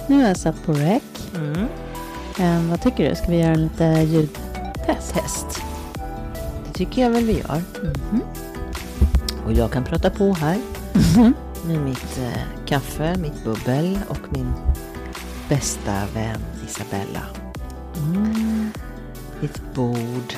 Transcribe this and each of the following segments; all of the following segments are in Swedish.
Nu är jag satt på rec. Vad tycker du? Ska vi göra lite ljudtest? Det tycker jag väl vi gör. Och jag kan prata på här. Med mitt kaffe, mitt bubbel och min bästa vän Isabella. Ditt bord.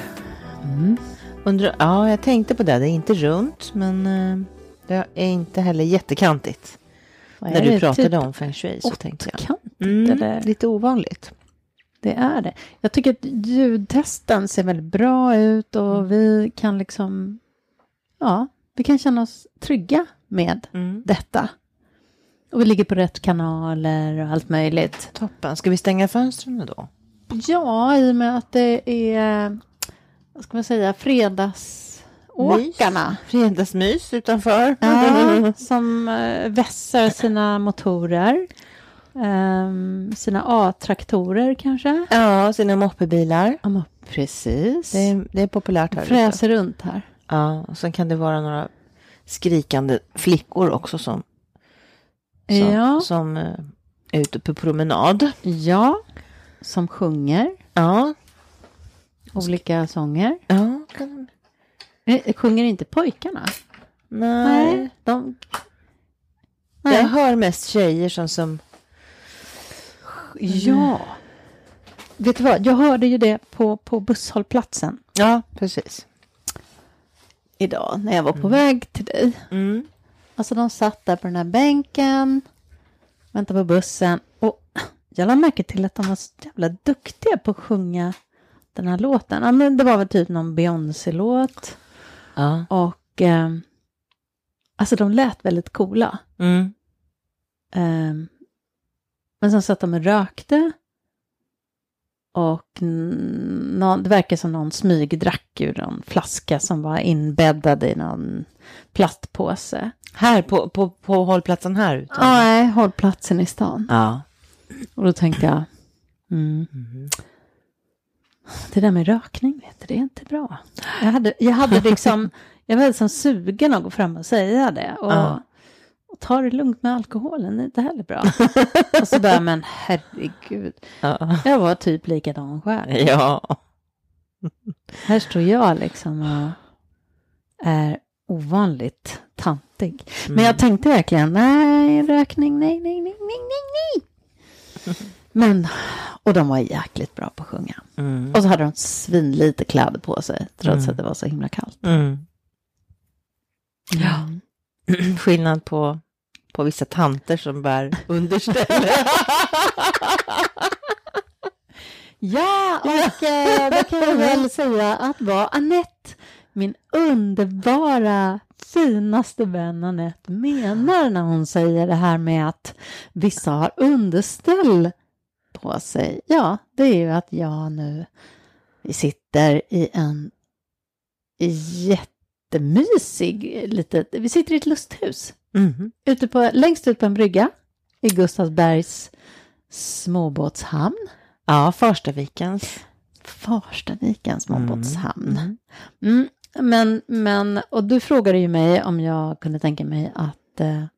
Ja, jag tänkte på det. Det är inte runt, men det är inte heller jättekantigt. När du pratade typ om feng shui så tänkte jag. Eller? Lite ovanligt. Det är det. Jag tycker att ljudtesten ser väldigt bra ut och vi kan liksom, vi kan känna oss trygga med detta. Och vi ligger på rätt kanaler och allt möjligt. Toppen. Ska vi stänga fönstren då? Ja, i och med att det är, vad ska man säga, fredagsåkarna. Fredagsmys utanför. Ja, som vässar sina motorer. Sina A-traktorer kanske. Ja, sina moppebilar. Ja, precis. Det är populärt här. Fräser runt här. Ja, och sen kan det vara några skrikande flickor också som är ute på promenad. Ja, som sjunger. Ja. Olika sånger. Ja. Sjunger inte pojkarna? Nej. Nej. Jag hör mest tjejer som... Ja. Vet du vad? Jag hörde ju det på busshållplatsen. Ja, precis. Idag när jag var på väg till dig. Alltså de satt där på den här bänken. Väntade på bussen. Och jag lade märke till att de var så jävla duktiga på att sjunga den här låten. Ja, men det var väl typ någon Beyoncé-låt. Ja. Och alltså de lät väldigt coola. Men sen satt de och rökte. Och det verkar som någon smygdrack ur en flaska som var inbäddad i någon plastpåse. Här på hållplatsen här ute? Nej, hållplatsen i stan. Ja. Och då tänkte jag, det där med rökning, vet du, det är inte bra. Jag hade liksom, jag var liksom sugen att gå fram och säga det. Och ta det lugnt med alkoholen, det är inte heller bra. Och så där, men herregud. Jag var typ likadan själv. Ja. Här står jag liksom och är ovanligt tantig. Men jag tänkte verkligen, nej, rökning, nej. Men, och de var jäkligt bra på att sjunga. Och så hade de svinlite kläder på sig, trots att det var så himla kallt. Ja. Skillnad på vissa tanter som bär underställ. Ja, och då kan jag väl säga att var Annette, min underbara, finaste vän Annette, menar när hon säger det här med att vissa har underställ på sig. Ja, det är ju att jag nu sitter i en jättemysig vi sitter i ett lusthus. Längst ut på en brygga i Gustavsbergs småbåtshamn. Ja, Farstavikens småbåtshamn. Men och du frågade ju mig om jag kunde tänka mig att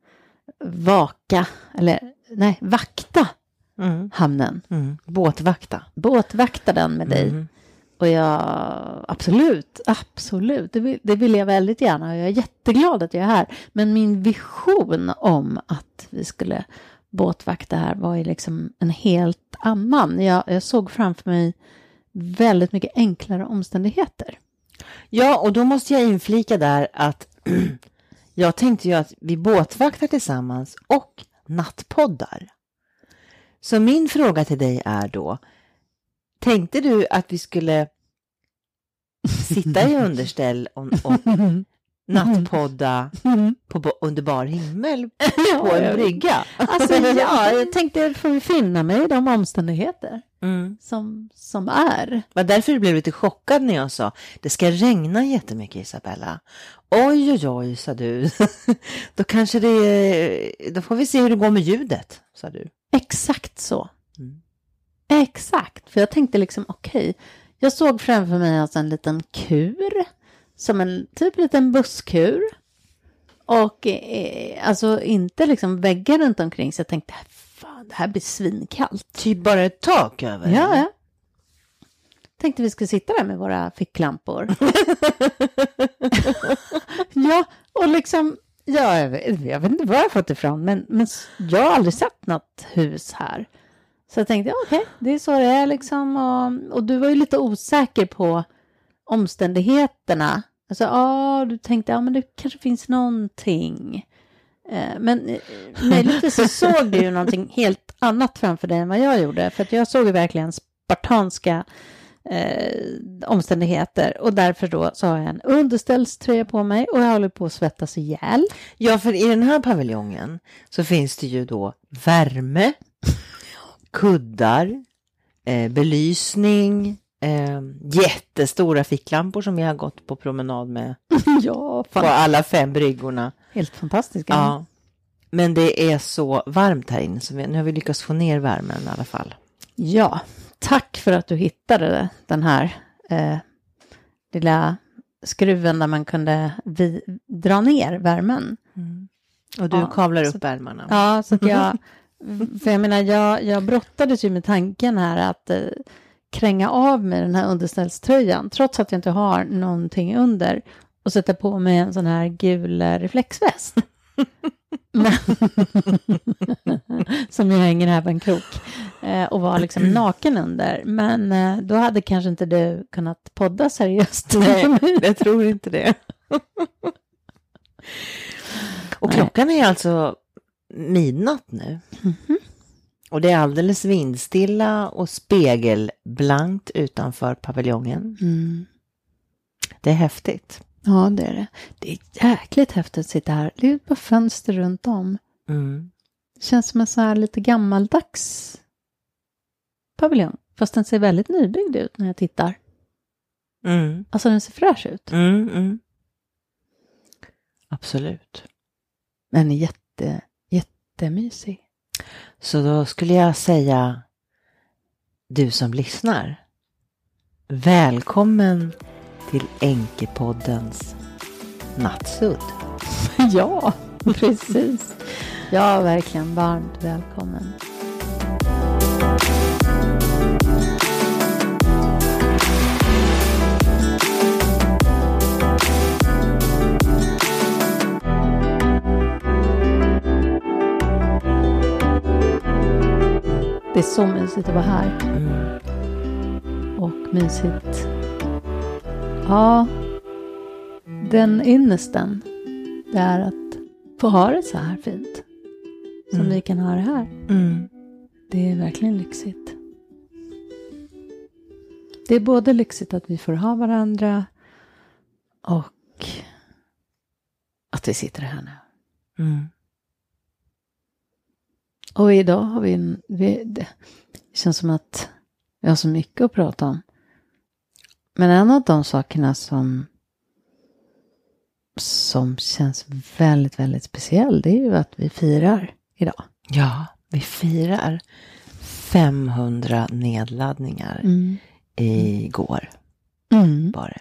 vakta hamnen. Båtvakta den med dig. Och jag, absolut. Det vill jag väldigt gärna. Och jag är jätteglad att jag är här. Men min vision om att vi skulle båtvakta här var ju liksom en helt annan. Jag såg framför mig väldigt mycket enklare omständigheter. Ja, och då måste jag inflika där att jag tänkte ju att vi båtvaktar tillsammans och nattpoddar. Så min fråga till dig är då, tänkte du att vi skulle sitta i underställ och nattpodda under bar himmel på en brygga? Alltså jag tänkte får vi finna mig i de omständigheter som är. Det var därför du blev lite chockad när jag sa det ska regna jättemycket, Isabella. Oj, sa du. Då får vi se hur det går med ljudet, sa du. Exakt så. Exakt, för jag tänkte liksom okej. Jag såg framför mig alltså en liten kur, som en typ liten busskur. Och alltså inte liksom väggar runt omkring, så jag tänkte fan, det här blir svinkallt. Typ bara ett tak över. Ja. Tänkte vi skulle sitta där med våra ficklampor. Ja, och liksom, ja, jag vet inte var jag fått ifrån, men jag har aldrig sett något hus här. Så jag tänkte, okej, det är så det är liksom. Och du var ju lite osäker på omständigheterna. Alltså, du tänkte, men det kanske finns någonting. Men möjligtvis så såg du ju någonting helt annat framför dig än vad jag gjorde. För att jag såg ju verkligen spartanska omständigheter. Och därför då så har jag en underställströja på mig och jag håller på att svettas ihjäl. Ja, för i den här paviljongen så finns det ju då värme, kuddar, belysning, jättestora ficklampor som jag har gått på promenad med. Ja, på alla 5 bryggorna. Helt fantastiska. Ja. Men det är så varmt här inne så nu har vi lyckats få ner värmen i alla fall. Ja, tack för att du hittade den här lilla skruven där man kunde dra ner värmen. Mm. Och du kavlar upp ärmarna. Ja, så att för jag menar, jag brottades ju med tanken här att kränga av med den här underställströjan trots att jag inte har någonting under och sätta på mig en sån här gul reflexväst. Som jag hänger här på en krok och var liksom naken under. Men då hade kanske inte du kunnat podda seriöst. Nej, jag tror inte det. Och klockan är alltså midnatt nu. Mm-hmm. Och det är alldeles vindstilla och spegelblankt utanför paviljongen. Mm. Det är häftigt. Ja, det är det. Det är jäkligt häftigt att sitta här. Det är bara fönster runt om. Mm. Det känns som en så här lite gammaldags paviljong. Fast den ser väldigt nybyggd ut när jag tittar. Mm. Alltså den ser fräsch ut. Mm. Absolut. Den är jättemysig. Så då skulle jag säga, du som lyssnar, välkommen till Enkepoddens nattsudd. Ja, precis. Ja, verkligen varmt välkommen. Det är så mysigt att vara här. Och mysigt. Ja, den ynnesten, det är att få ha det så här fint. Som vi kan ha det här. Mm. Det är verkligen lyxigt. Det är både lyxigt att vi får ha varandra och att vi sitter här nu. Mm. Och idag har det känns som att vi har så mycket att prata om. Men en av de sakerna som känns väldigt, väldigt speciell, det är ju att vi firar idag. Ja, vi firar 500 nedladdningar igår. Bara.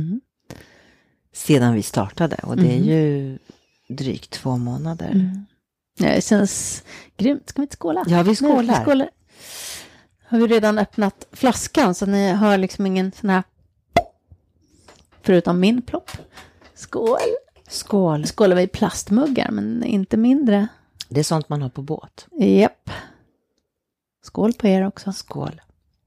Sedan vi startade. Och det är ju drygt 2 månader. Ja, det känns grymt. Ska vi inte skåla? Ja, vi skålar. Nu, vi skålar. Har vi redan öppnat flaskan så ni hör liksom ingen sån här förutom min plopp. Skål. Skål. Skålar vi i plastmuggar men inte mindre. Det är sånt man har på båt. Japp. Skål på er också. Skål.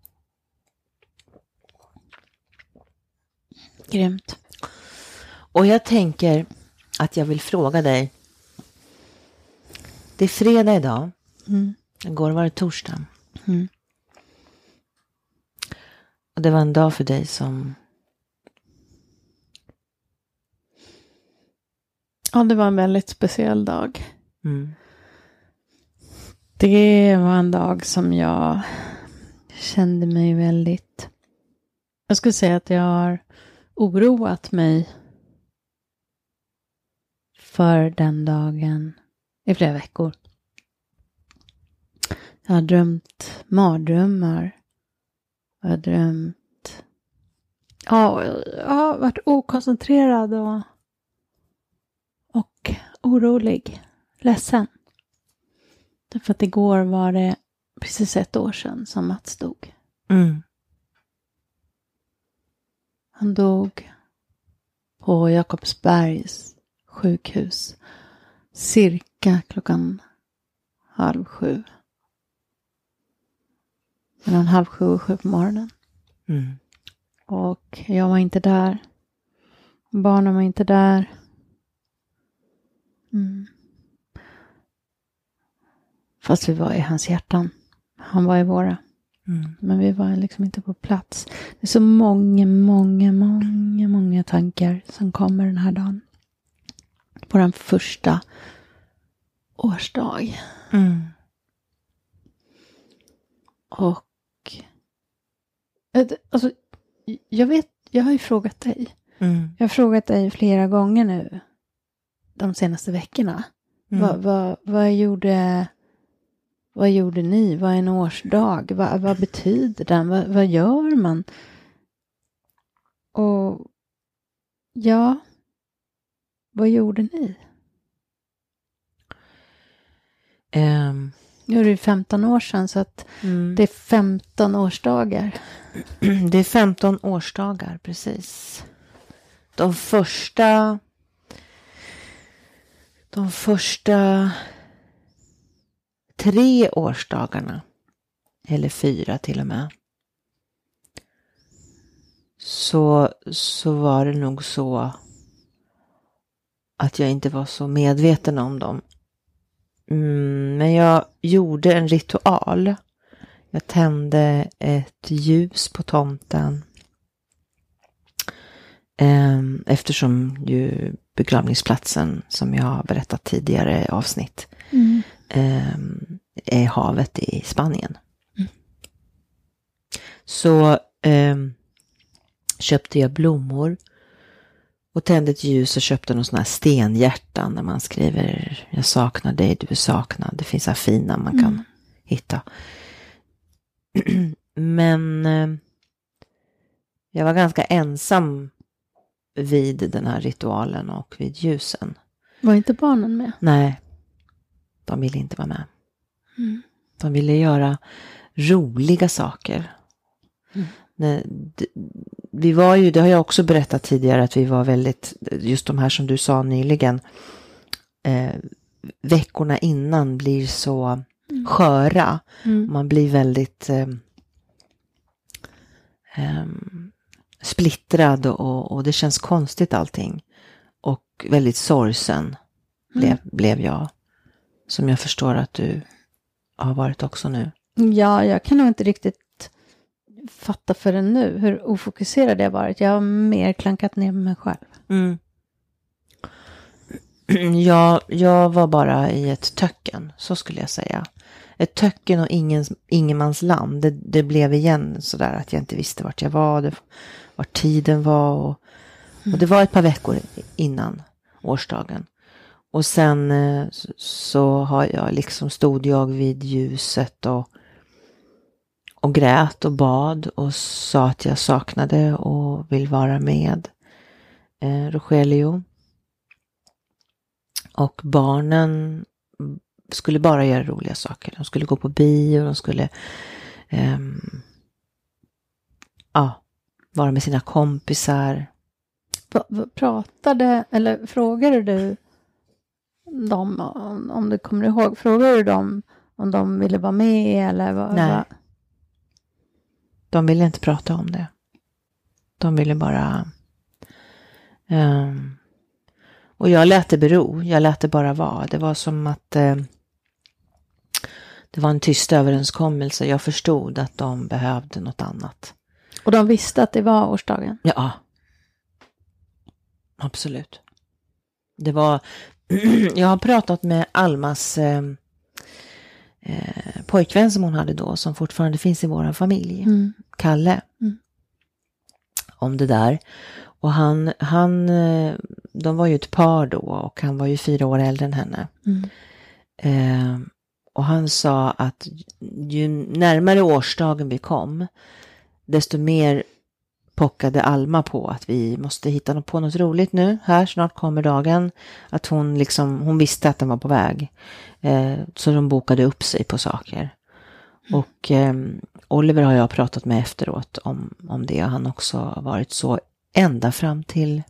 Grymt. Och jag tänker att jag vill fråga dig. Det är fredag idag. Igår var det torsdag. Och det var en dag för dig som... Ja, det var en väldigt speciell dag. Det var en dag som jag kände mig väldigt... Jag skulle säga att jag har oroat mig för den dagen i flera veckor. Jag har drömt mardrömmar. Jag har drömt... Ja, jag har varit okoncentrerad och orolig. Ledsen. Därför att igår var det precis 1 år sedan som Mats dog. Mm. Han dog på Jakobsbergs sjukhus cirka 6:30. Mellan 6:30 och 7 på morgonen. Mm. Och jag var inte där. Barnen var inte där. Fast vi var i hans hjärtan. Han var i våra. Men vi var liksom inte på plats. Det är så många tankar som kommer den här dagen. På den första årsdag. Och alltså, jag har ju frågat dig. Jag har frågat dig flera gånger nu. De senaste veckorna. Vad gjorde ni? Vad är en årsdag? Vad betyder den? Vad gör man? Och ja, vad gjorde ni? Nu är det 15 år sedan så att det är 15 årsdagar. Det är 15 årsdagar, precis. De första 3 årsdagarna, eller 4 till och med, så var det nog så att jag inte var så medveten om dem. Men jag gjorde en ritual. Jag tände ett ljus på tomten. Eftersom ju begravningsplatsen, som jag har berättat tidigare i avsnitt, är havet i Spanien. Så köpte jag blommor och tände ett ljus och köpte någon sån här stenhjärtan där man skriver jag saknar dig, du är saknad. Det finns så här fina man kan hitta. Men jag var ganska ensam vid den här ritualen och vid ljusen. Var inte barnen med? Nej, de ville inte vara med. De ville göra roliga saker. Vi var ju, det har jag också berättat tidigare, att vi var väldigt, just de här som du sa nyligen, veckorna innan blir så sköra. Man blir väldigt splittrad och det känns konstigt allting. Och väldigt sorgsen blev jag. Som jag förstår att du har varit också nu. Ja, jag kan nog inte riktigt fatta förrän nu hur ofokuserad jag varit. Jag har mer klankat ner med mig själv. Jag var bara i ett töcken, så skulle jag säga. Ett töcken och ingenmans land. Det blev igen sådär att jag inte visste vart jag var, vart tiden var. Och det var ett par veckor innan årsdagen. Och sen så har jag liksom stod jag vid ljuset och grät och bad och sa att jag saknade och vill vara med Rogelio. Och barnen skulle bara göra roliga saker. De skulle gå på bio, de skulle vara med sina kompisar. Pratade, eller frågade du dem, om du kommer ihåg, frågade du dem om de ville vara med eller vad? Nej. De ville inte prata om det. De ville bara och jag lät det bero. Jag lät det bara vara. Det var som att det var en tyst överenskommelse. Jag förstod att de behövde något annat. Och de visste att det var årsdagen? Ja. Absolut. Det var jag har pratat med Almas pojkvän som hon hade då, som fortfarande finns i vår familj, Kalle, om det där. Och han de var ju ett par då och han var ju 4 år äldre än henne. Och han sa att ju närmare årsdagen vi kom, desto mer pockade Alma på att vi måste hitta på något roligt nu. Här snart kommer dagen. Att hon visste att den var på väg. Så de bokade upp sig på saker. Och Oliver har jag pratat med efteråt om det. Han också har varit så ända fram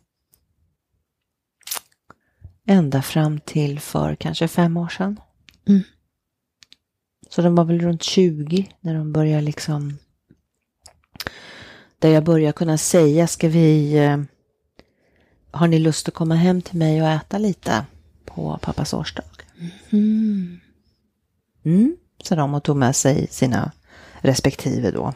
till för kanske 5 år sedan. Mm. Så de var väl runt 20 när de började liksom, där jag började kunna säga, har ni lust att komma hem till mig och äta lite på pappas årsdag? Så de tog med sig sina respektive då.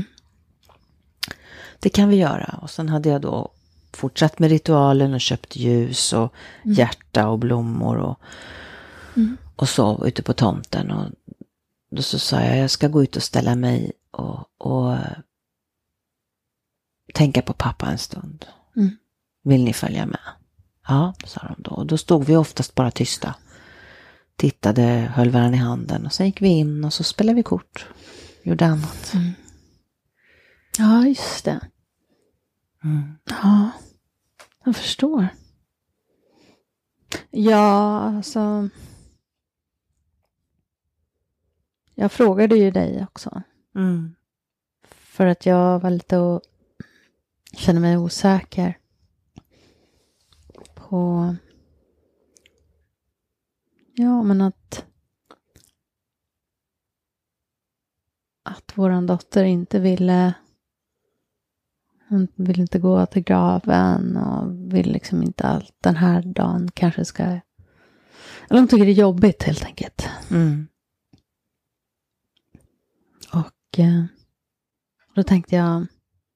Det kan vi göra. Och sen hade jag då fortsatt med ritualen och köpt ljus och hjärta och blommor och så ute på tomten. Och då så sa jag ska gå ut och ställa mig och tänka på pappa en stund. Vill ni följa med? Ja, sa de då. Och då stod vi oftast bara tysta. Tittade, höll varandra i handen och sen gick vi in och så spelade vi kort. Gjorde annat. Ja, just det. Ja, jag förstår. Ja, alltså. Jag frågade ju dig också. För att jag var lite kände mig osäker på men att våran dotter inte ville, hon vill inte gå till graven och vill liksom inte allt den här dagen kanske ska, eller hon tycker det är jobbigt helt enkelt. Och då tänkte jag,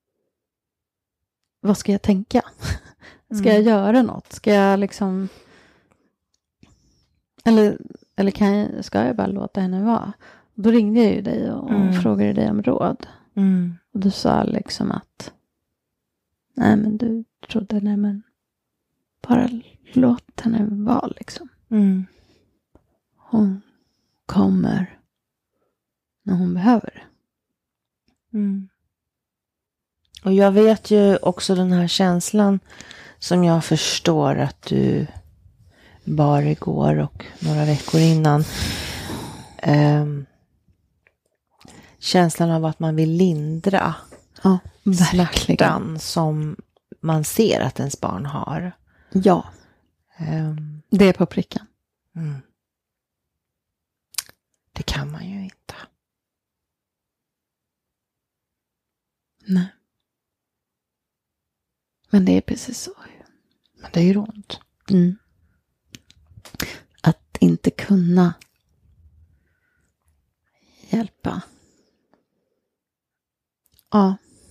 vad ska jag tänka? Ska jag göra något? Ska jag liksom, eller ska jag bara låta henne vara? Då ringde jag ju dig och frågade dig om råd. Och du sa liksom att du trodde, bara låt henne vara liksom. Hon kommer när hon behöver det. Och jag vet ju också den här känslan som jag förstår att du bar igår och några veckor innan. Känslan av att man vill lindra smärtan som man ser att ens barn har. Ja, det är på pricken. Det kan man ju inte. Nej. Men det är precis så. Men det är ju ont. Att inte kunna hjälpa. Ja.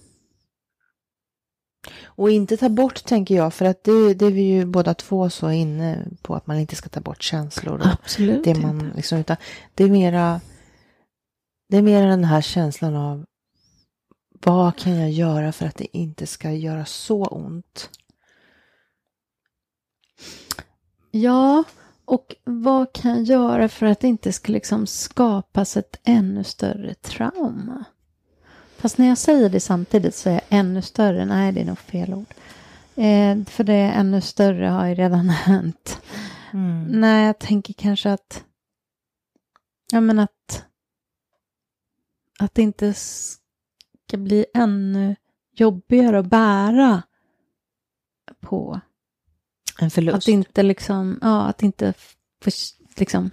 Och inte ta bort, tänker jag, för att det är vi ju båda två så inne på att man inte ska ta bort känslor. Och absolut det man inte. Liksom, utan det är mera den här känslan av vad kan jag göra för att det inte ska göra så ont? Ja, och vad kan jag göra för att det inte ska liksom skapas ett ännu större trauma? Fast när jag säger det samtidigt så är jag ännu större. Nej, det är nog fel ord. För det ännu större har ju redan hänt. Nej, jag tänker kanske att att det inte ska bli ännu jobbigare att bära på en förlust. Att inte liksom, att inte liksom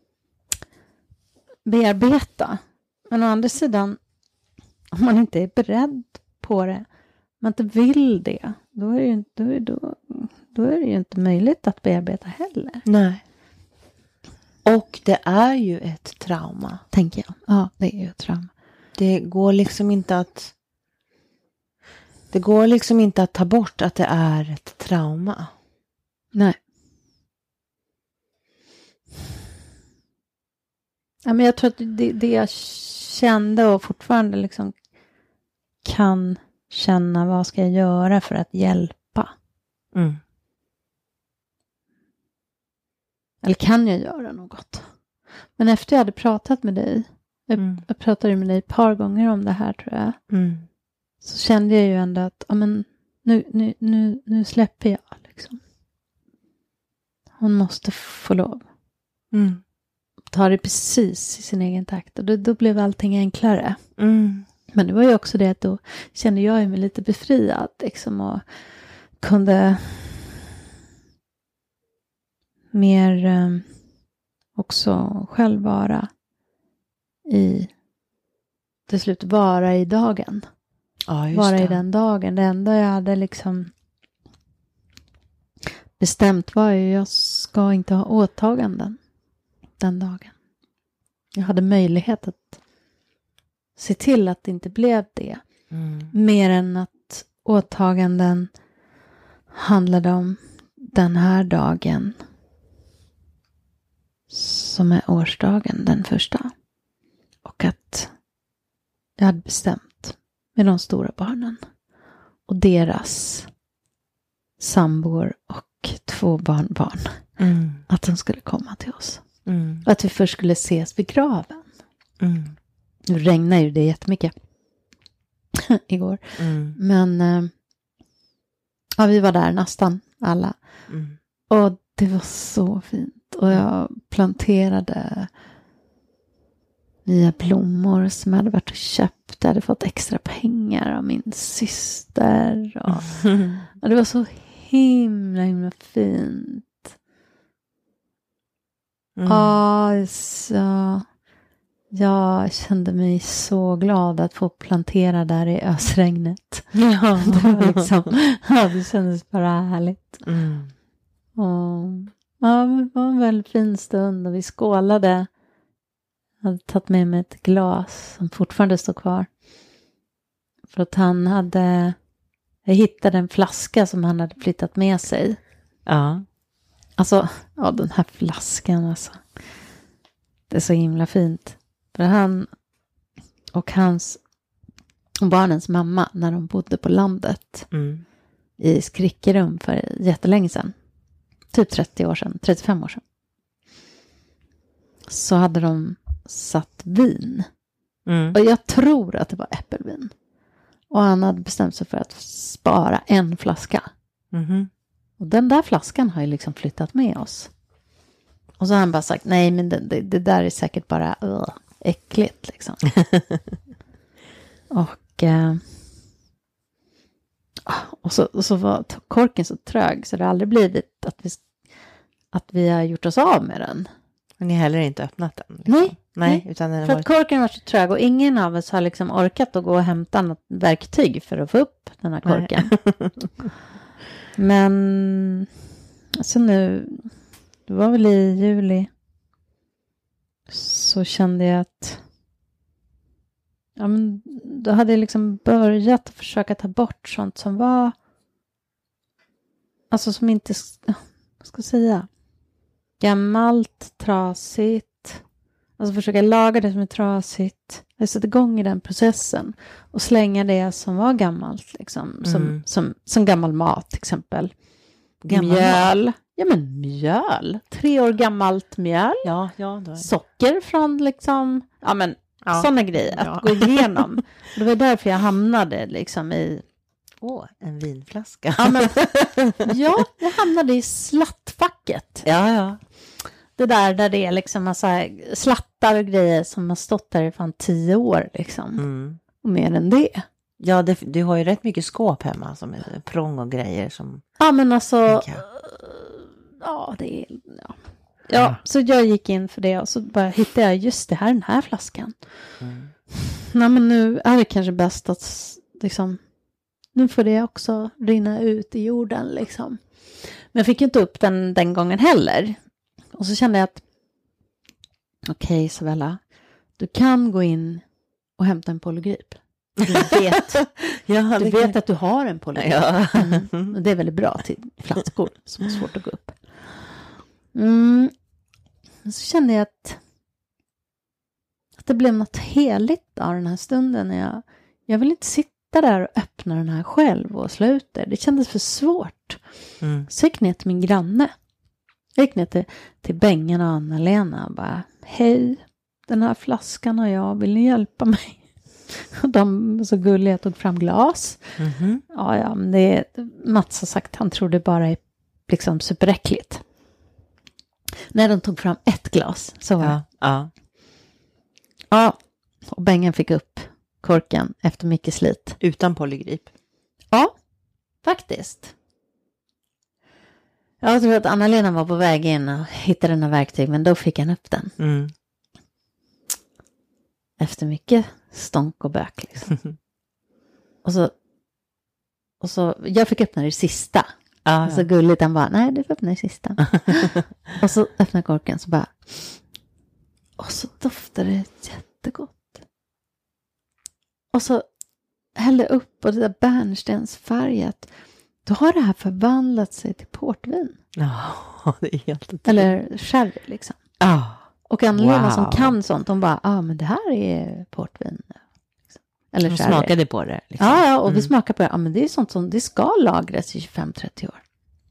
bearbeta. Men å andra sidan, om man inte är beredd på det, man inte vill det, då är det ju inte möjligt att bearbeta heller. Nej. Och det är ju ett trauma, tänker jag. Ja, det är ju ett trauma. Det går liksom inte att ta bort att det är ett trauma. Nej. Ja, men jag tror att det jag kände och fortfarande liksom kan känna, vad ska jag göra för att hjälpa? Eller kan jag göra något? Men efter jag hade pratat med dig, jag pratade med dig ett par gånger om det här, tror jag. så kände jag ju ändå att men nu släpper jag liksom. Hon måste få lov. Ta det precis i sin egen takt. Och då blev allting enklare. Men det var ju också det att då kände jag mig lite befriad. Liksom, och kunde mer också själv vara till slut vara i dagen. Ja, just vara det. i den dagen. Det enda jag hade liksom bestämt var ju jag ska inte ha åtaganden den dagen. Jag hade möjlighet att se till att det inte blev det. Mer än att åtaganden handlade om den här dagen som är årsdagen, den första. Och att jag hade bestämt med de stora barnen och deras sambor och 2 barnbarn att de skulle komma till oss. Och att vi först skulle ses vid graven. Nu regnar ju det jättemycket igår. Men ja, vi var där nästan alla. Och det var så fint. Och jag planterade nya blommor som jag hade varit och köpt. Jag hade fått extra pengar av min syster. Och det var så himla fint. Så jag kände mig så glad att få plantera där i ösregnet. Ja. Det var liksom, det kändes bara härligt. Och det var en väldigt fin stund och vi skålade. Jag hade tagit med mig ett glas som fortfarande står kvar. För att jag hittade en flaska som han hade flyttat med sig. Ja. Alltså, den här flaskan alltså. Det är så himla fint. För han och och barnens mamma när de bodde på landet i Skrickerum för jättelänge sedan. Typ 30 år sedan, 35 år sedan. Så hade de satt vin. Och jag tror att det var äppelvin. Och han hade bestämt sig för att spara en flaska. Och den där flaskan har ju liksom flyttat med oss. Och så har han bara sagt, nej men det där är säkert bara äckligt liksom. Och så var korken så trög så det har aldrig blivit att vi har gjort oss av med den. Men ni har heller inte öppnat den? Liksom. Nej. Utan den för att korken var så trög och ingen av oss har liksom orkat att gå och hämta något verktyg för att få upp den här korken. Men alltså nu, det var väl i juli, så kände jag att men då hade jag liksom börjat försöka ta bort sånt som var alltså som inte, vad ska jag säga, gammalt, trasigt, alltså försöka laga det som är trasigt. Jag satte igång i den processen och slänga det som var gammalt liksom, som gammal mat till exempel. Mjöl. Mat. Ja men mjöl. 3 år gammalt mjöl. Ja, då. Socker från liksom, sådana grejer att gå igenom. Det var därför jag hamnade liksom i en vinflaska. Jag hamnade i slattfacket. Ja. Det där det är liksom massa slattar och grejer som har stått där i fan 10 år liksom. Och mer än det. Ja, du har ju rätt mycket skåp hemma som är prång och grejer som... Ja, men alltså... Ja, det är... Ja, så jag gick in för det och så bara hittade jag just det här, den här flaskan. Nej, men nu är det kanske bäst att liksom... Nu får det också rinna ut i jorden liksom. Men jag fick inte upp den gången heller. Och så kände jag att okej, Isabella, du kan gå in och hämta en polygrip. Du vet att du har en polygrip. Ja. Och det är väldigt bra till flaskor som är svårt att gå upp. Så kände jag att det blev något heligt av den här stunden. Jag vill inte sitta där och öppna den här själv och slå ut det. Det kändes för svårt. Så jag gick ner till min granne. Jag gick ner till Bengen och Anna-Lena och bara, hej, den här flaskan har jag, vill ni hjälpa mig? De var så gulliga, tog fram glas. Mhm. Ja, men Mats har sagt, han tror det bara är liksom superäckligt. När de tog fram ett glas så var det. Ja. Ja, och Bengen fick upp korken efter mycket slit. Utan polygrip. Ja, faktiskt. Jag tror att Anna-Lena var på väg in och hittade den här verktyg, men då fick han upp den. Mm. Efter mycket stånk och bök liksom. och så, jag fick öppna det sista. Ja. Och så gulligt, han bara, nej du får öppna det sista. Och så öppnar korken så bara, och så doftar det jättegott. Och så hällde upp och det där bärnstensfärget, då har det här förvandlat sig till portvin. Ja, det är helt otroligt. Eller sherry liksom. Ja. Och Anna-Lena Wow. som kan sånt, de bara, men det här är portvin. Eller De sherry. smakade på det. Liksom. Ja, och vi smakar på det. Ja, men det är sånt som det ska lagras i 25-30 år.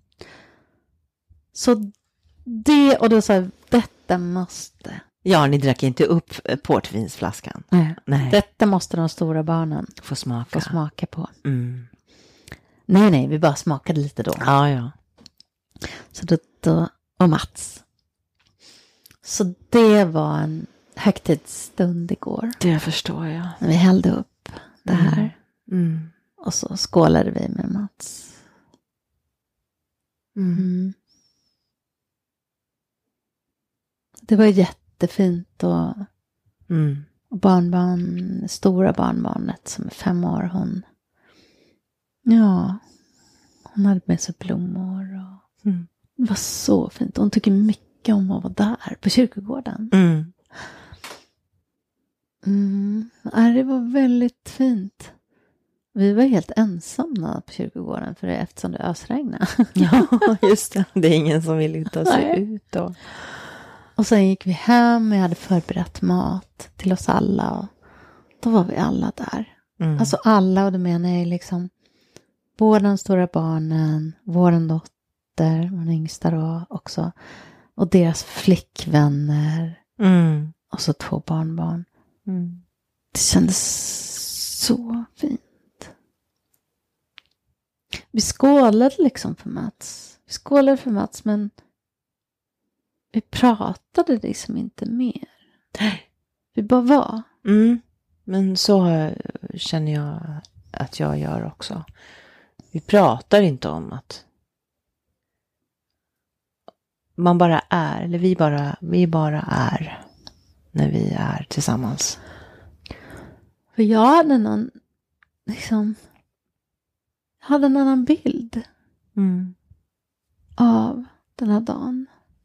Så det, och då sa jag, detta måste. Ja, ni drack inte upp portvinsflaskan. Nej. Detta måste de stora barnen Få smaka. få smaka på. Mm. Nej, vi bara smakade lite då. Ja. Så då och Mats. Så det var en högtidsstund igår. Det förstår jag. När vi hällde upp det här. Mm. Och så skålade vi med Mats. Mm. Det var jättefint och barnbarn, stora barnbarnet som är 5 år, hon hade med sig blommor och det var så fint. Hon tycker mycket om att vara där på kyrkogården. Det var väldigt fint. Vi var helt ensamma på kyrkogården för det, eftersom det ösregnade. Ja, just det. Det är ingen som vill ta sig ut. Och sen gick vi hem och jag hade förberett mat till oss alla. Och då var vi alla där. Alltså alla, och det menar jag liksom båda de stora barnen, våran dotter, vår yngsta då också. Och deras flickvänner. Och så 2 barnbarn. Det kändes så fint. Vi skålade liksom för Mats. Men vi pratade liksom inte mer. Vi bara var. Men så känner jag att jag gör också. Vi pratar inte om att man bara är, eller vi bara är när vi är tillsammans. För jag hade en annan bild av den här dagen.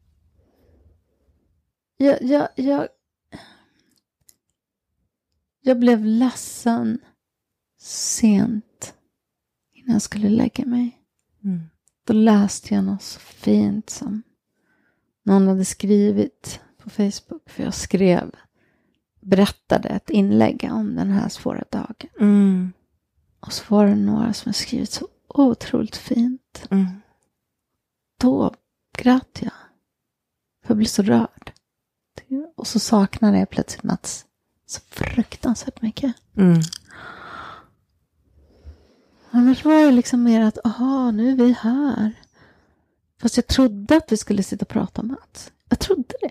Jag blev ledsen sent innan jag skulle lägga mig. Då läste jag något så fint som någon hade skrivit på Facebook. För jag berättade ett inlägg om den här svåra dagen. Och så var det några som hade skrivit så otroligt fint. Då grät jag. För jag blev så rörd. Och så saknade jag plötsligt Mats så fruktansvärt mycket. Annars var det liksom mer att, nu är vi här. Fast jag trodde att vi skulle sitta och prata om Mats. Jag trodde det.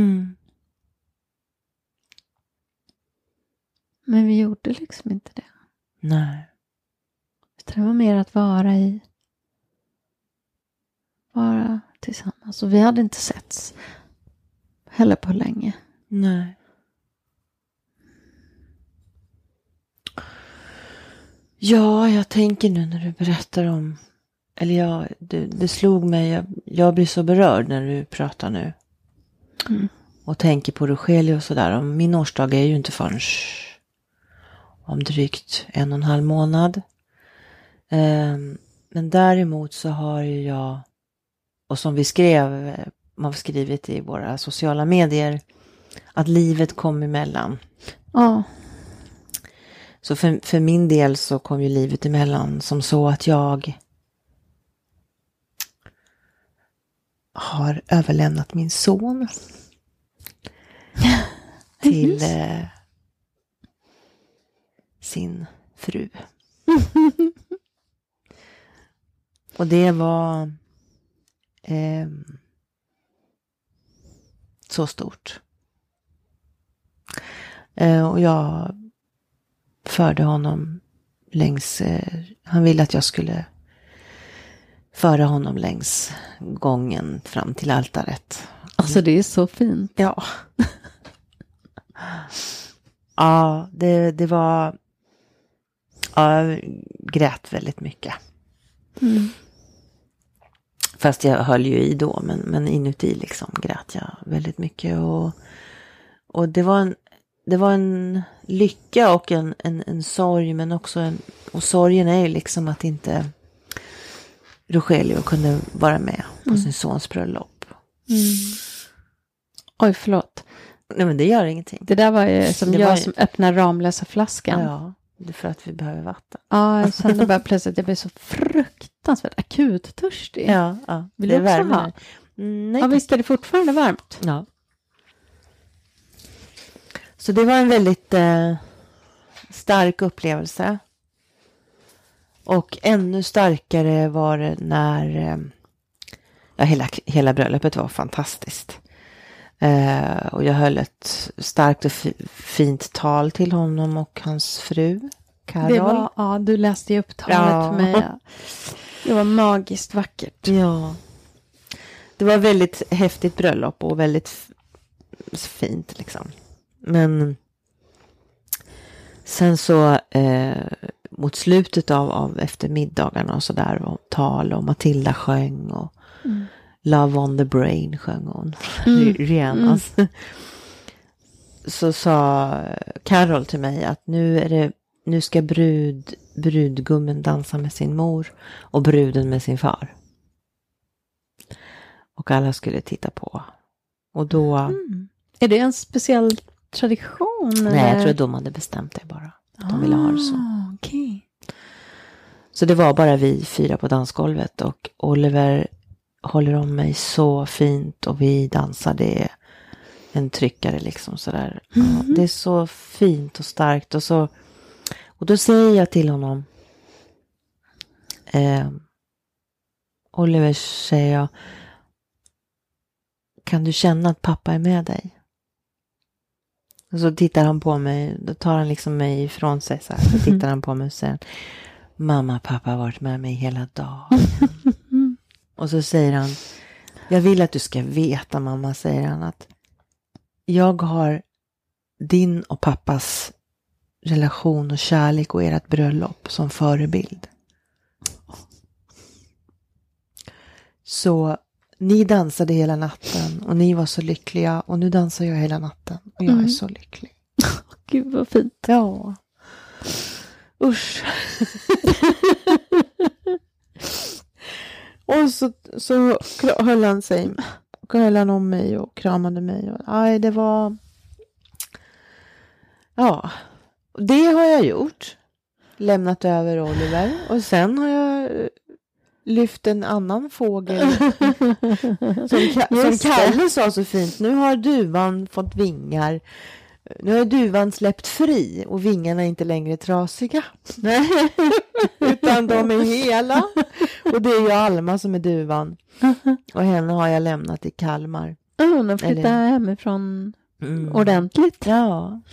Men vi gjorde liksom inte det. Nej. Det var mer att vara tillsammans. Och vi hade inte setts heller på länge. Nej. Ja, jag tänker nu när du berättar om, eller det slog mig, jag blir så berörd när du pratar nu. Och tänker på Rogelio och sådär. Och min årsdag är ju inte förrän om drygt 1,5 månad. Men däremot så har ju jag, och som man har skrivit i våra sociala medier, att livet kom emellan. Ja. Så för min del så kom ju livet emellan som så att jag har överlämnat min son sin fru. Och det var så stort. Och jag förde honom längs, han ville att jag skulle föra honom längs gången fram till altaret. Alltså det är så fint. Ja. Ja, det var, ja, jag grät väldigt mycket. Mm. Fast jag höll ju i då, men inuti liksom grät jag väldigt mycket. Och det var en lycka och en sorg, men också och sorgen är ju liksom att inte Rogelio kunde vara med på sin sons bröllop. Mm. Oj, förlåt. Nej, men det gör ingenting. Det där var ju som som öppnar Ramlösa flaskan. Ja, det är för att vi behöver vatten. Ja, jag kände bara plötsligt att jag blev så fruktansvärt akut törstig. Ja. Vill du också ha? Nej, ja, visst är det fortfarande varmt. Ja. Så det var en väldigt stark upplevelse. Och ännu starkare var det när hela bröllopet var fantastiskt. Och jag höll ett starkt och fint tal till honom och hans fru, Carol. Ja, du läste ju upp talet för mig. Det var magiskt vackert. Ja. Det var väldigt häftigt bröllop och väldigt fint liksom. Men sen så mot slutet av eftermiddagarna och sådär, och tal och Matilda sjöng och Love on the Brain sjöng hon igen. Alltså. Så sa Carol till mig att nu ska brudgummen dansa med sin mor och bruden med sin far. Och alla skulle titta på. Och då... Är det en speciell tradition? Nej, eller? jag tror att de hade bestämt det bara. Att de ville ha det så. Okay. Så det var bara vi 4 på dansgolvet. Och Oliver håller om mig så fint. Och vi dansade en tryckare liksom sådär. Ja, det är så fint och starkt. Och då säger jag till honom. Oliver, säger jag. Kan du känna att pappa är med dig? Och så tittar han på mig. Då tar han liksom mig ifrån sig så här. Så tittar han på mig och säger. Mamma, pappa har varit med mig hela dagen. Och så säger han. Jag vill att du ska veta, mamma, säger han, att jag har din och pappas relation och kärlek och ert bröllop som förebild. Så ni dansade hela natten och ni var så lyckliga, och nu dansar jag hela natten och jag är så lycklig. Gud vad fint. Ja. Usch. Och så höll han om mig och kramade mig. Och, det var... Ja, det har jag gjort. Lämnat över Oliver. Och sen har jag lyft en annan fågel. som Kalle sa så fint. Nu har duvan fått vingar. Nu har duvan släppt fri. Och vingarna är inte längre trasiga. Utan de är hela. Och det är ju Alma som är duvan. Och henne har jag lämnat i Kalmar. Hon har flyttat hemifrån ordentligt. Ja.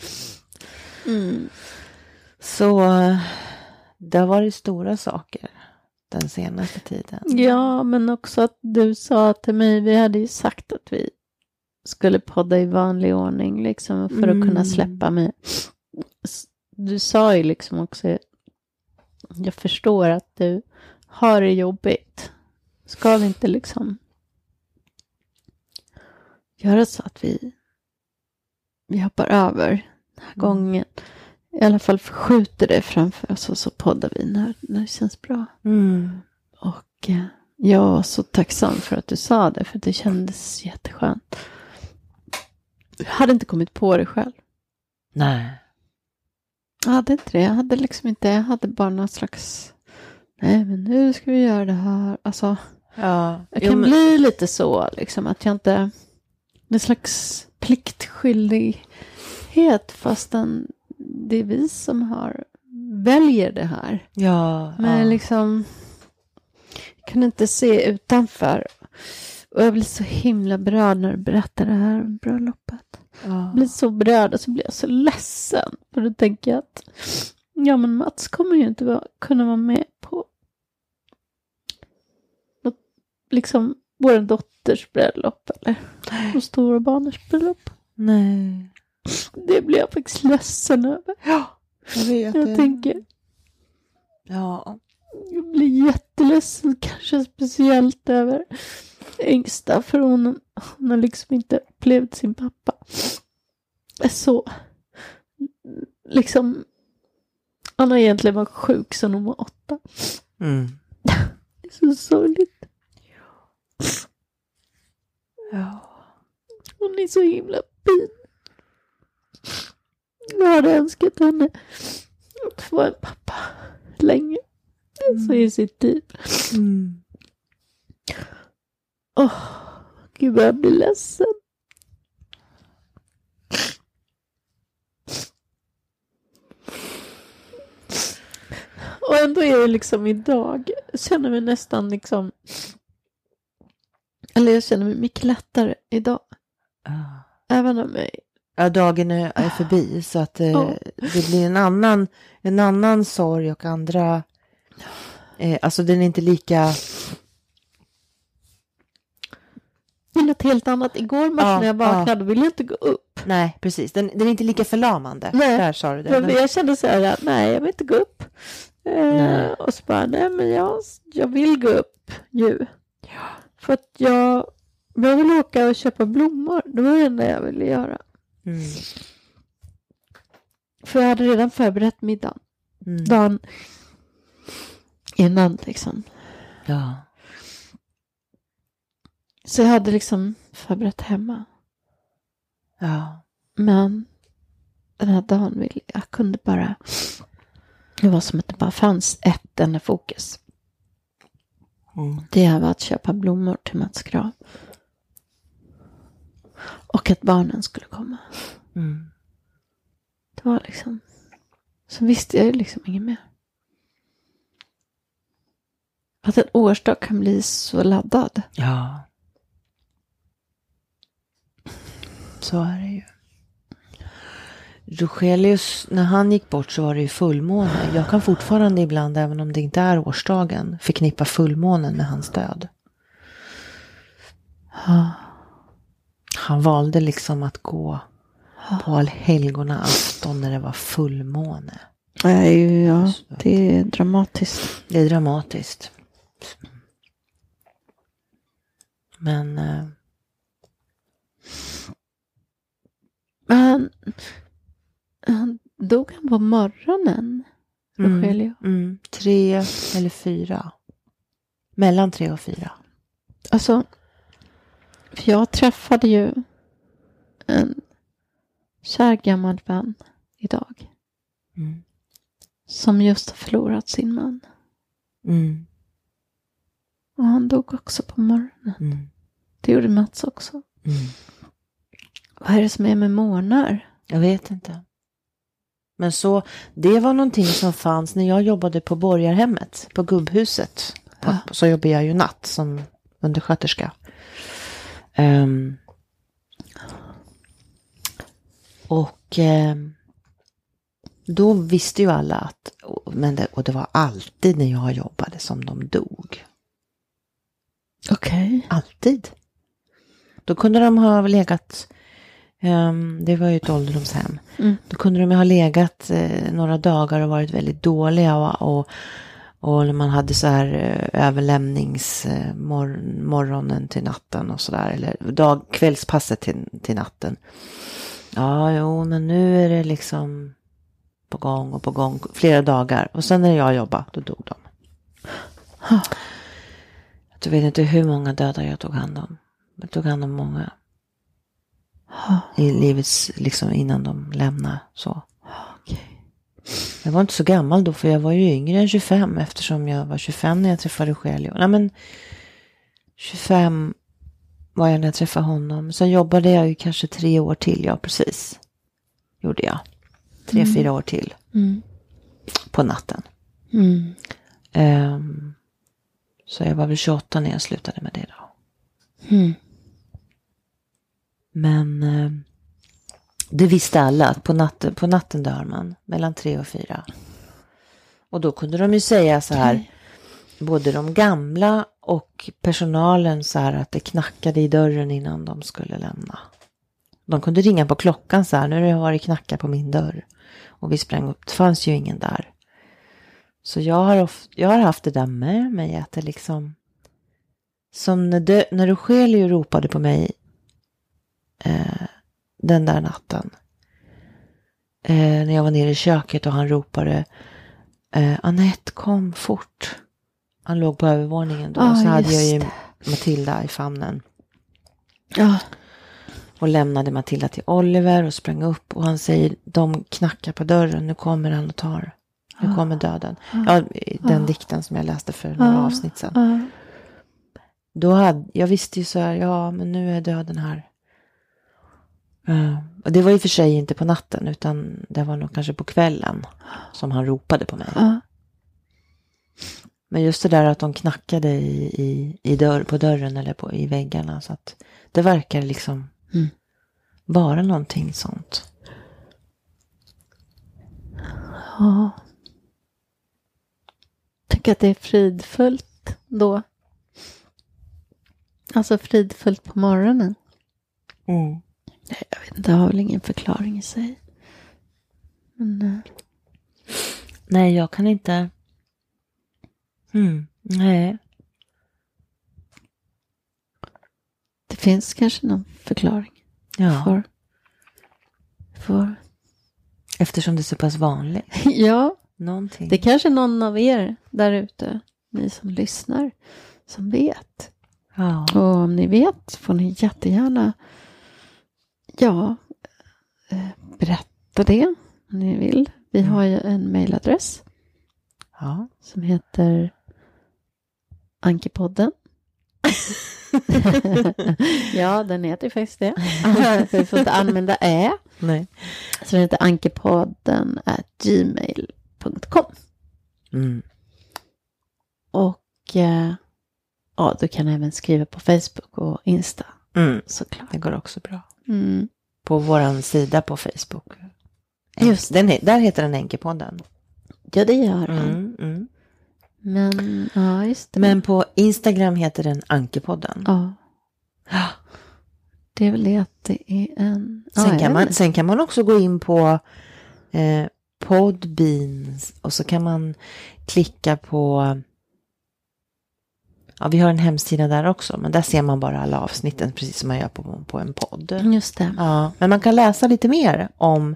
Så det har varit stora saker den senaste tiden. Ja, men också att du sa till mig, vi hade ju sagt att vi skulle podda i vanlig ordning liksom, för att kunna släppa mig. Du sa ju liksom också, jag förstår att du har det jobbigt. Ska vi inte liksom göra så att vi hoppar över den här gången? I alla fall förskjuter det framför oss och så poddar vi när det känns bra. Och jag var så tacksam för att du sa det, för det kändes jätteskönt. Jag hade inte kommit på det själv. Nej. Jag hade inte det. Jag hade bara någon slags, nej men nu ska vi göra det här. Alltså, jag kan bli lite så liksom, att jag inte, en slags pliktskyldighet, fastän det är vi som har väljer det här. Ja. Men liksom, jag kunde inte se utanför. Och jag blir så himla berörd när du berättar det här om bröllopet. Jag blir så berörd och så blir jag så ledsen. För då tänker jag att men Mats kommer ju inte kunna vara med på något, liksom vår dotters bröllop eller de stora barnens bröllop. Nej. Det blir jag faktiskt ledsen över. Ja, jag vet. Jag tänker. Ja. Jag blir jätteledsen, kanske speciellt över yngsta, för hon har liksom inte upplevt sin pappa så liksom, han har egentligen varit sjuk sedan hon var 8. Det är så sorgligt. Ja. Hon är så himla fin. Jag hade önskat henne att få en pappa länge. Så i sitt liv. Gud vad jag blir ledsen. Och ändå är det liksom idag. Jag känner mig nästan liksom. Eller jag känner mig mycket lättare idag. Även om jag. Ja, dagen är förbi. Så att det blir en annan sorg och andra. Alltså den är inte lika. Det är något helt annat. Igår när jag vaknade ville jag inte gå upp. Nej, precis. Den är inte lika förlamande. Nej. Där sa du det. Men jag kände så här, nej jag vill inte gå upp. Och så bara, nej men jag vill gå upp ju. För att jag vill åka och köpa blommor. Det var det enda jag ville göra. För jag hade redan förberett middagen. Dagen innan liksom. Ja. Så jag hade liksom förberett hemma. Ja. Men den här dagen jag kunde bara. Det var som att det bara fanns ett enda fokus. Det var att köpa blommor till Mats grav. Och att barnen skulle komma. Det var liksom. Så visste jag ju liksom inget mer. Att en årsdag kan bli så laddad. Ja. Så är det ju. Rogelius, när han gick bort så var det ju fullmåne. Jag kan fortfarande ibland, även om det inte är årsdagen, förknippa fullmånen med hans död. Han valde liksom att gå på allhelgona-afton när det var fullmåne. Ja, det är dramatiskt. Det är dramatiskt. Men han dog han på morgonen, Rogelio? 3 eller 4. Mellan 3 och 4. Alltså, för jag träffade ju en kär gammal vän idag. Som just har förlorat sin man. Och han dog också på morgonen. Det gjorde Mats också. Vad är det som är med månar? Jag vet inte. Men så, det var någonting som fanns när jag jobbade på Borgarhemmet, på Gubbhuset. Så jobbade jag ju natt som undersköterska. Då visste ju alla att, och det var alltid när jag jobbade som de dog. Okej. Alltid. Då kunde de ha legat, det var ju ett ålderdomshem. Då kunde de ha legat några dagar och varit väldigt dåliga och när man hade så här överlämningsmorgonen till natten och sådär, eller kvällspasset till natten. Ja, jo, men nu är det liksom på gång flera dagar. Och sen när jag jobbade, då dog de. Jag vet inte hur många döda jag tog hand om. Jag tog hand om många. I livets, liksom innan de lämnade så. Okay. Jag var inte så gammal då, för jag var ju yngre än 25, eftersom jag var 25 när jag träffade Rogelio. Nej, men 25 var jag när jag träffade honom. Sen jobbade jag ju kanske 3 år till, ja precis. Gjorde jag. 3-4 år till. på natten. Så jag var väl 28 när jag slutade med det då. Men det visste alla att på natten dör man mellan 3 och 4. Och då kunde de ju säga så här, både de gamla och personalen så här, att det knackade i dörren innan de skulle lämna. De kunde ringa på klockan så här, nu har det varit knacka på min dörr. Och vi sprang upp, det fanns ju ingen där. Så jag har haft det där med mig, att det liksom, som när du själv ropade på mig den där natten. När jag var nere i köket och han ropade, Anette, kom fort. Han låg på övervåningen då, så hade jag ju Matilda i famnen. Ja. Och lämnade Matilda till Oliver och sprang upp. Och han säger, de knackar på dörren, nu kommer han och tar. Nu kommer döden. Ja, den dikten som jag läste för några avsnitt sedan. Jag visste ju så här, ja men nu är döden här. Och det var ju för sig inte på natten, utan det var nog kanske på kvällen som han ropade på mig. Men just det där att de knackade på dörren eller i väggarna, så att det verkar liksom vara någonting sånt. Ja. Tycker att det är fridfullt då. Alltså fridfullt på morgonen. Jag vet inte, det har väl ingen förklaring i sig. Men, nej, jag kan inte. Nej. Det finns kanske någon förklaring. Ja. För. Eftersom det är så pass vanligt. Ja. Någonting. Det är kanske någon av er där ute, ni som lyssnar, som vet. Ja. Och om ni vet får ni jättegärna berätta det om ni vill. Vi har ju en mailadress som heter Ankepodden. Ja, den heter ju faktiskt det. Vi får inte använda Nej. Så den heter ankepodden@gmail.com. Och du kan även skriva på Facebook och Insta. Såklart. Det går också bra. På våran sida på Facebook. Just där heter den Ankepodden. Ja, det gör den. Men, just det. Men på Instagram heter den Ankepodden. Ja. Det är väl det att det är en... Sen kan man också gå in på Podbean och så kan man klicka på... Ja, vi har en hemsida där också, men där ser man bara alla avsnitten precis som man gör på en podd. Just det. Ja, men man kan läsa lite mer om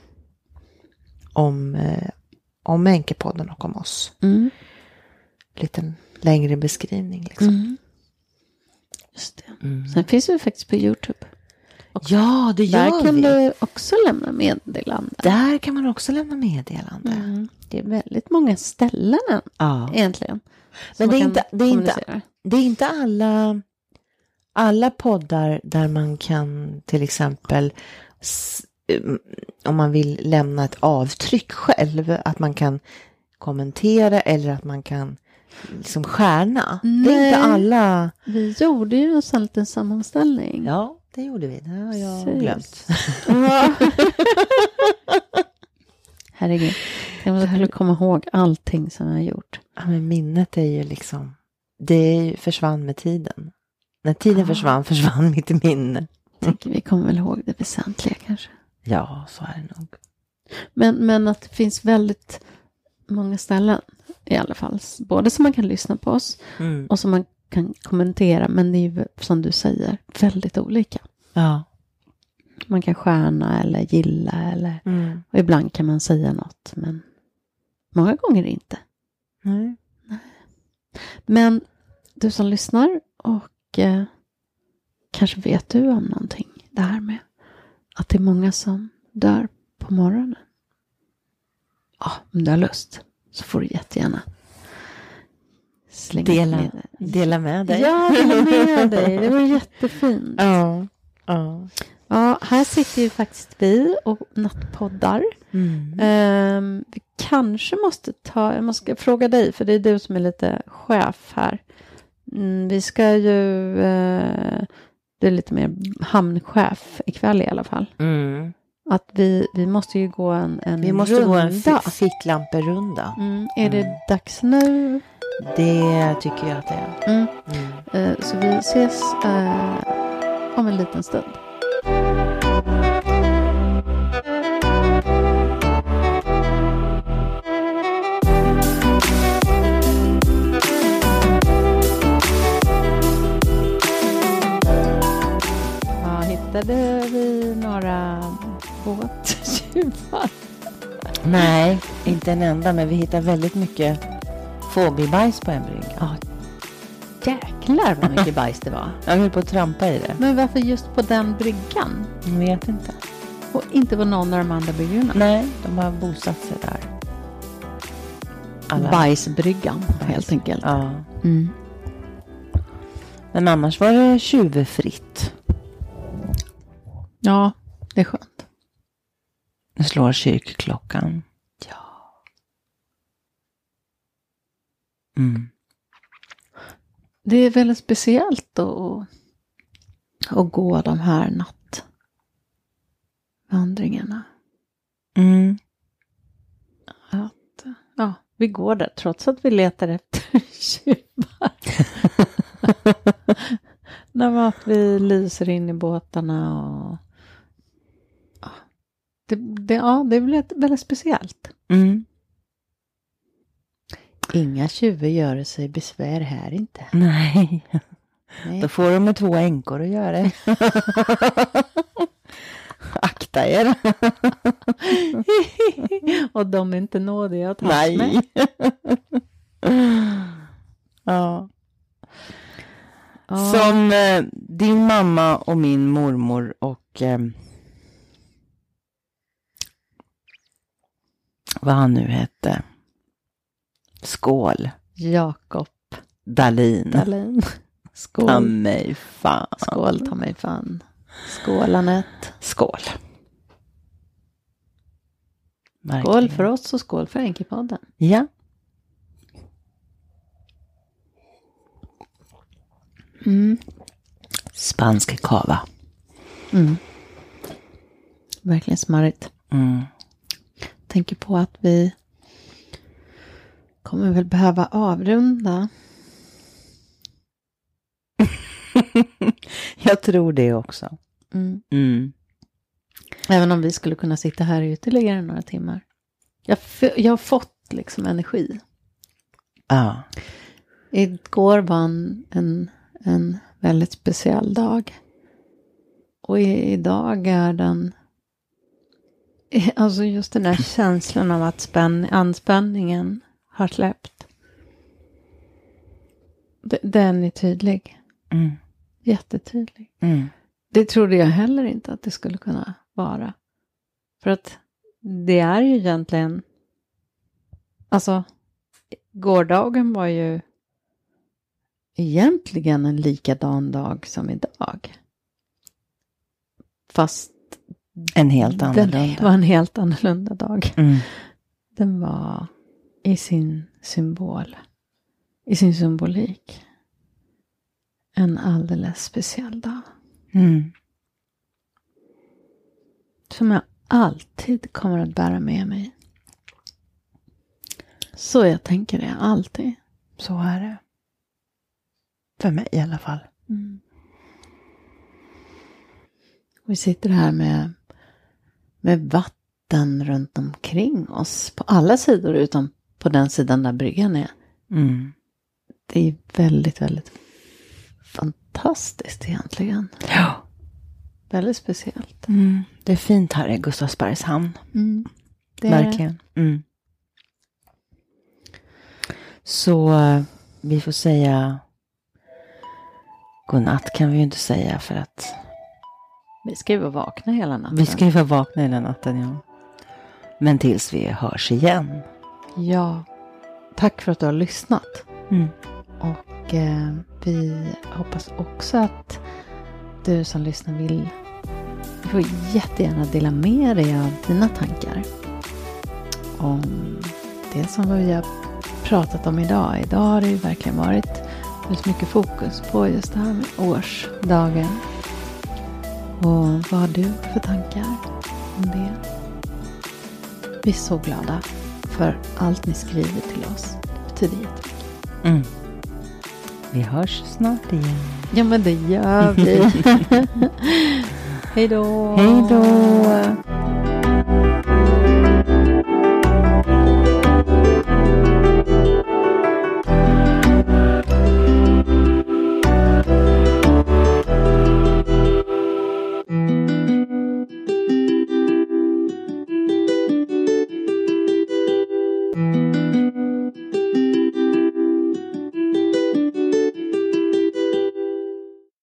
Ankepodden och om oss. Lite längre beskrivning liksom. Just det. Sen finns vi faktiskt på YouTube. Och ja, det gör vi. Där kan du också lämna meddelande. Där kan man också lämna meddelande. Det är väldigt många ställen egentligen. Men det är inte alla poddar där man kan till exempel om man vill lämna ett avtryck själv, att man kan kommentera eller att man kan liksom stjärna. Nej. Det är inte alla. Vi gjorde ju en liten sammanställning. Ja, det gjorde vi. Det har jag glömt. Herregud. Jag skulle komma ihåg allting som jag har gjort. Ja, men minnet är ju liksom, det försvann med tiden. När tiden försvann mitt minne. Tänker vi kommer väl ihåg det väsentliga kanske. Ja, så är det nog. Men att det finns väldigt många ställen i alla fall. Både som man kan lyssna på oss och som man kan kommentera. Men det är ju som du säger väldigt olika. Ja. Man kan stjärna eller gilla eller och ibland kan man säga något. Men många gånger inte. Nej. Men du som lyssnar och kanske vet du om någonting. Det här med att det är många som dör på morgonen. Ja, om du har lust så får du jättegärna dela med dig. Ja, dela med dig. Det var jättefint. Ja. Ja, här sitter ju faktiskt vi och nattpoddar. Vi kanske måste jag måste fråga dig, för det är du som är lite chef här. Vi ska ju det är lite mer hamnchef ikväll i alla fall. Att vi måste ju gå en vi måste runda. gå en ficklamperunda. Är det dags nu? Det tycker jag att det är. Så vi ses om en liten stund. Hittade vi några båttjuvar? Nej, inte en enda, men vi hittar väldigt mycket fågelbajs på en brygga. Ja, jäklar vad mycket bajs det var. Jag höll på att trampa i det. Men varför just på den bryggan? Jag vet inte. Och inte på någon av de andra bryggorna? Nej, de har bosatt sig där. Bajsbryggan, helt enkelt. Ja. Men annars var det tjuvfritt. Ja, det är skönt. Nu slår kyrkklockan. Ja. Det är väldigt speciellt att gå de här nattvandringarna. Vi går där trots att vi letar efter tjuvar. När vi lyser in i båtarna och det är väldigt speciellt. Inga tjuvar gör sig besvär här inte. Nej. Då får de med 2 änkor att göra det. Akta er. Och de är inte nådiga att Nej. med. Ja. Som din mamma och min mormor och vad han nu hette. Skål. Jakob Dahlin. Skål. Ta mig fan. Skål, ta mig fan. Skål, Anette. Skål. Verkligen. Skål för oss och skål för Enkepodden. Ja. Spansk kava. Verkligen smarrigt. Tänker på att vi kommer väl behöva avrunda. Jag tror det också. Även om vi skulle kunna sitta här ytterligare några timmar. Jag har fått liksom energi. Ja. Igår var en väldigt speciell dag. Och idag är den... Alltså just den här känslan av att anspänningen har släppt. Den är tydlig. Jättetydlig. Det trodde jag heller inte att det skulle kunna vara. För att det är ju egentligen... Alltså, gårdagen var ju egentligen en likadan dag som idag. Fast en helt annorlunda. Det var en helt annorlunda dag. Den var i sin symbolik. En alldeles speciell dag. Som jag alltid kommer att bära med mig. Så jag tänker det alltid. Så är det. För mig i alla fall. Vi sitter här med vatten runt omkring oss. På alla sidor utom på den sidan där bryggan är. Det är väldigt, väldigt fantastiskt egentligen. Ja. Väldigt speciellt. Det är fint här i Gustavsbergs hamn. Verkligen. Så vi får säga godnatt kan vi ju inte säga för att vi ska ju vara vakna hela natten. Vi ska ju vara vakna hela natten, ja. Men tills vi hörs igen. Ja. Tack för att du har lyssnat. Och vi hoppas också att du som lyssnar vill... Du får jättegärna dela med dig av dina tankar. om det som vi har pratat om idag. Idag har det ju verkligen varit väldigt mycket fokus på just det här med årsdagen. Och vad har du för tankar om det? Vi är så glada för allt ni skriver till oss. Det betyder jättemycket. Vi hörs snart igen. Ja, men det gör vi. Hej då. Hej då.